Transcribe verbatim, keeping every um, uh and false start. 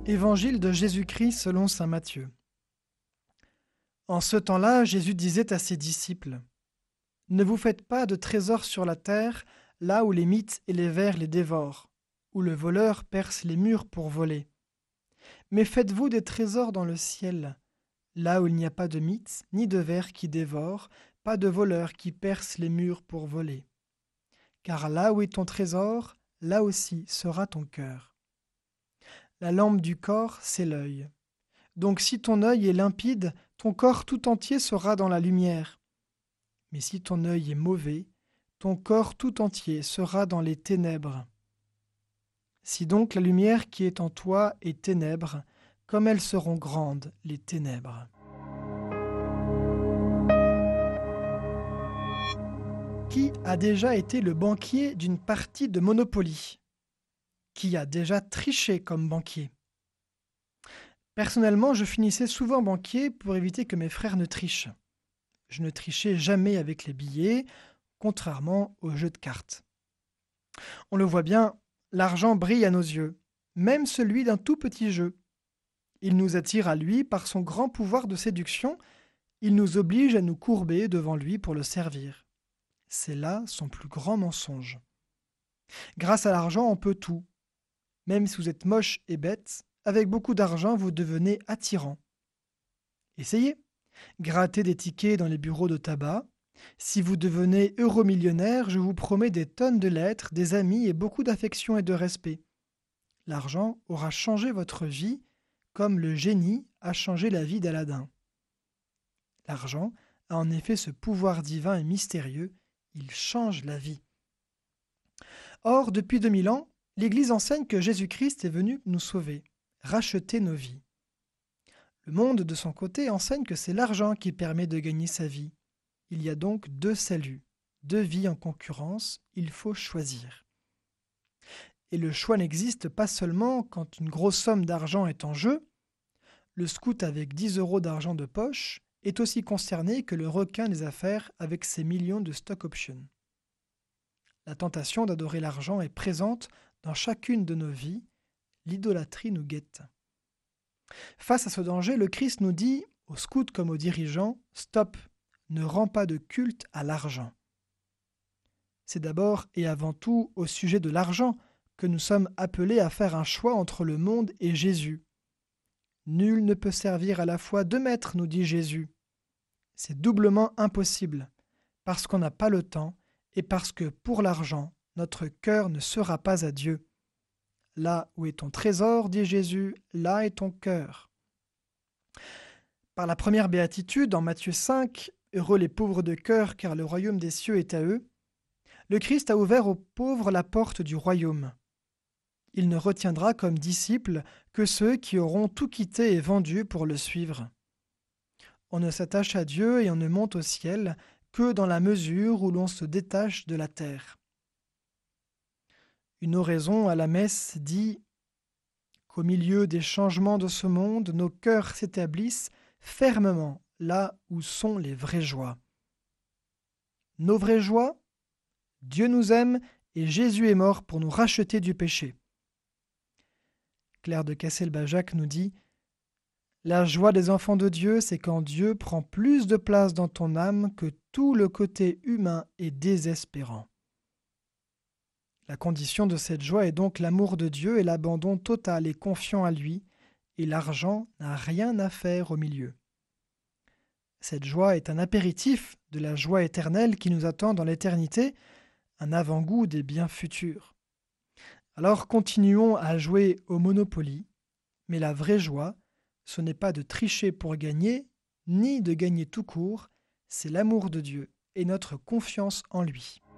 Évangile de Jésus-Christ selon saint Matthieu. En ce temps-là, Jésus disait à ses disciples : « Ne vous faites pas de trésors sur la terre, là où les mites et les vers les dévorent, où le voleur perce les murs pour voler. Mais faites-vous des trésors dans le ciel, là où il n'y a pas de mites ni de vers qui dévorent, pas de voleurs qui percent les murs pour voler. Car là où est ton trésor, là aussi sera ton cœur. La lampe du corps, c'est l'œil. Donc si ton œil est limpide, ton corps tout entier sera dans la lumière. Mais si ton œil est mauvais, ton corps tout entier sera dans les ténèbres. Si donc la lumière qui est en toi est ténèbres, comme elles seront grandes, les ténèbres. » Qui a déjà été le banquier d'une partie de Monopoly ? Qui a déjà triché comme banquier ? Personnellement, je finissais souvent banquier pour éviter que mes frères ne trichent. Je ne trichais jamais avec les billets, contrairement aux jeux de cartes. On le voit bien, l'argent brille à nos yeux, même celui d'un tout petit jeu. Il nous attire à lui par son grand pouvoir de séduction, il nous oblige à nous courber devant lui pour le servir. C'est là son plus grand mensonge. Grâce à l'argent, on peut tout. Même si vous êtes moche et bête, avec beaucoup d'argent, vous devenez attirant. Essayez. Grattez des tickets dans les bureaux de tabac. Si vous devenez euromillionnaire, je vous promets des tonnes de lettres, des amis et beaucoup d'affection et de respect. L'argent aura changé votre vie, comme le génie a changé la vie d'Aladin. L'argent a en effet ce pouvoir divin et mystérieux, il change la vie. Or, depuis deux mille ans, l'Église enseigne que Jésus-Christ est venu nous sauver, racheter nos vies. Le monde, de son côté, enseigne que c'est l'argent qui permet de gagner sa vie. Il y a donc deux saluts, deux vies en concurrence, il faut choisir. Et le choix n'existe pas seulement quand une grosse somme d'argent est en jeu. Le scout avec dix euros d'argent de poche est aussi concerné que le requin des affaires avec ses millions de stock options. La tentation d'adorer l'argent est présente dans chacune de nos vies, l'idolâtrie nous guette. Face à ce danger, le Christ nous dit, aux scouts comme aux dirigeants, « Stop, ne rends pas de culte à l'argent ». C'est d'abord et avant tout au sujet de l'argent que nous sommes appelés à faire un choix entre le monde et Jésus. Nul ne peut servir à la fois deux maîtres, nous dit Jésus. C'est doublement impossible, parce qu'on n'a pas le temps et parce que pour l'argent, notre cœur ne sera pas à Dieu. Là où est ton trésor, dit Jésus, là est ton cœur. Par la première béatitude, en Matthieu cinq, « Heureux les pauvres de cœur, car le royaume des cieux est à eux », le Christ a ouvert aux pauvres la porte du royaume. Il ne retiendra comme disciples que ceux qui auront tout quitté et vendu pour le suivre. On ne s'attache à Dieu et on ne monte au ciel que dans la mesure où l'on se détache de la terre. Une oraison à la messe dit qu'au milieu des changements de ce monde, nos cœurs s'établissent fermement là où sont les vraies joies. Nos vraies joies, Dieu nous aime et Jésus est mort pour nous racheter du péché. Claire de Cassel-Bajac nous dit « La joie des enfants de Dieu, c'est quand Dieu prend plus de place dans ton âme que tout le côté humain et désespérant. » La condition de cette joie est donc l'amour de Dieu et l'abandon total et confiant à lui, et l'argent n'a rien à faire au milieu. Cette joie est un apéritif de la joie éternelle qui nous attend dans l'éternité, un avant-goût des biens futurs. Alors continuons à jouer au Monopoly, mais la vraie joie, ce n'est pas de tricher pour gagner, ni de gagner tout court, c'est l'amour de Dieu et notre confiance en lui.